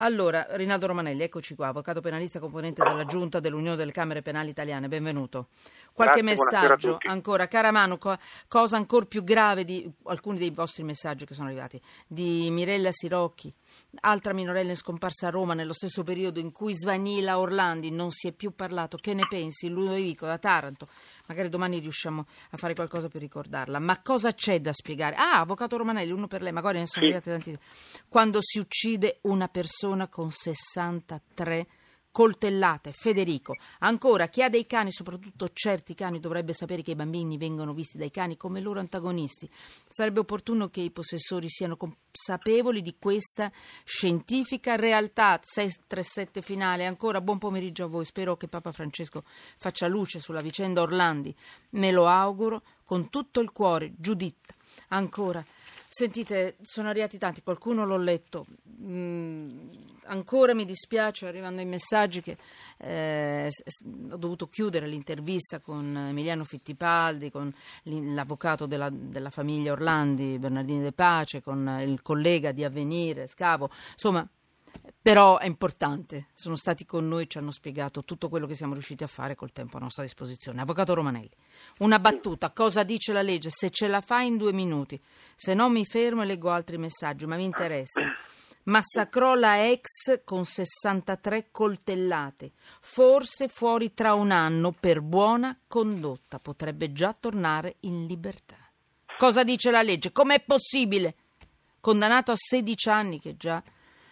Allora, Rinaldo Romanelli, eccoci qua, avvocato penalista, componente della Giunta dell'Unione delle Camere Penali Italiane, benvenuto. Qualche messaggio ancora, cara Manu, cosa ancora più grave di alcuni dei vostri messaggi che sono arrivati, di Mirella Sirocchi, altra minorenne scomparsa a Roma nello stesso periodo in cui Svanila Orlandi non si è più parlato, che ne pensi? Ludovico da Taranto, magari domani riusciamo a fare qualcosa per ricordarla, ma cosa c'è da spiegare? Avvocato Romanelli, uno per lei, magari ne sono arrivate tantissime. Quando si uccide una persona con 63 coltellate, Federico. Ancora, chi ha dei cani, soprattutto certi cani, dovrebbe sapere che i bambini vengono visti dai cani come loro antagonisti. Sarebbe opportuno che i possessori siano consapevoli di questa scientifica realtà. 637 finale. Ancora, buon pomeriggio a voi. Spero che Papa Francesco faccia luce sulla vicenda Orlandi. Me lo auguro con tutto il cuore. Giuditta. Ancora. Sentite, sono arrivati tanti, qualcuno l'ho letto, ancora mi dispiace, arrivano i messaggi che ho dovuto chiudere l'intervista con Emiliano Fittipaldi, con l'avvocato della famiglia Orlandi, Bernardini De Pace, con il collega di Avvenire, Scavo, insomma. Però è importante, sono stati con noi, ci hanno spiegato tutto quello che siamo riusciti a fare col tempo a nostra disposizione. Avvocato Romanelli, una battuta, cosa dice la legge? Se ce la fa in 2 minuti, se no mi fermo e leggo altri messaggi, ma mi interessa. Massacrò la ex con 63 coltellate, forse fuori tra 1 anno per buona condotta, potrebbe già tornare in libertà. Cosa dice la legge? Com'è possibile? Condannato a 16 anni che già...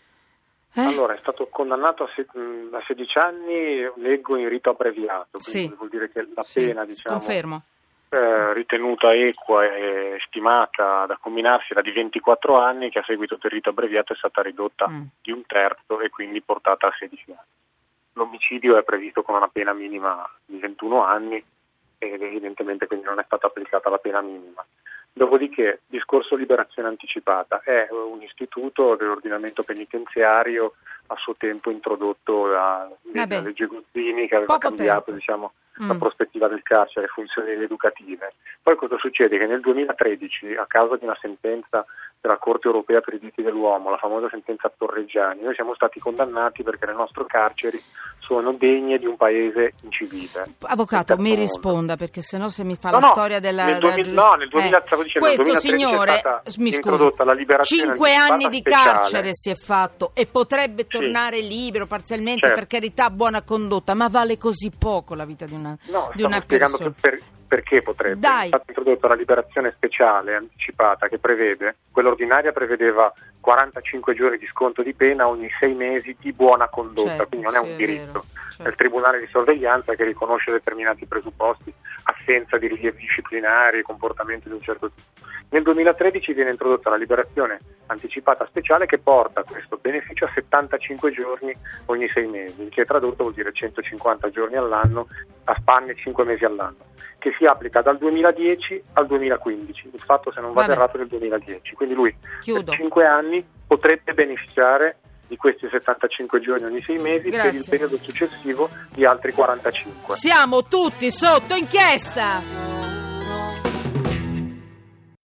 Allora, è stato condannato a 16 anni, leggo in rito abbreviato, quindi sì, vuol dire che la pena, confermo. Ritenuta equa e stimata da comminarsi era di 24 anni, che a seguito del rito abbreviato è stata ridotta di 1/3 e quindi portata a 16 anni. L'omicidio è previsto con una pena minima di 21 anni ed evidentemente quindi non è stata applicata la pena minima. Dopodiché, discorso liberazione anticipata è un istituto dell'ordinamento penitenziario a suo tempo introdotto la legge Gozzini, che aveva cambiato la prospettiva del carcere, le funzioni educative. Poi cosa succede? Che nel 2013, a causa di una sentenza della Corte Europea per i diritti dell'uomo, la famosa sentenza Torreggiani, noi siamo stati condannati perché le nostre carceri sono degne di un paese incivile. Avvocato, mi risponda, perché sennò se mi fa la storia della... nel 2000, stavo dicendo, questo nel 2013 signore, è stata mi introdotta la liberazione 5 anni di speciale. carcere si è fatto e potrebbe tornare libero parzialmente, per carità, buona condotta, ma vale così poco la vita di una persona. Perché potrebbe. È stata introdotta la liberazione speciale anticipata che prevede, quella ordinaria prevedeva 45 giorni di sconto di pena ogni 6 mesi di buona condotta, quindi non è un diritto. È il tribunale di sorveglianza che riconosce determinati presupposti, assenza di rilievi disciplinari, comportamenti di un certo tipo. Nel 2013 viene introdotta la liberazione anticipata speciale che porta questo beneficio a 75 giorni ogni 6 mesi, che tradotto vuol dire 150 giorni all'anno, a spanne 5 mesi all'anno, che si applica dal 2010 al 2015, il fatto, se non vado errato, del 2010. Quindi lui per 5 anni potrebbe beneficiare di questi 75 giorni ogni 6 mesi. Per il periodo successivo di altri 45. Siamo tutti sotto inchiesta!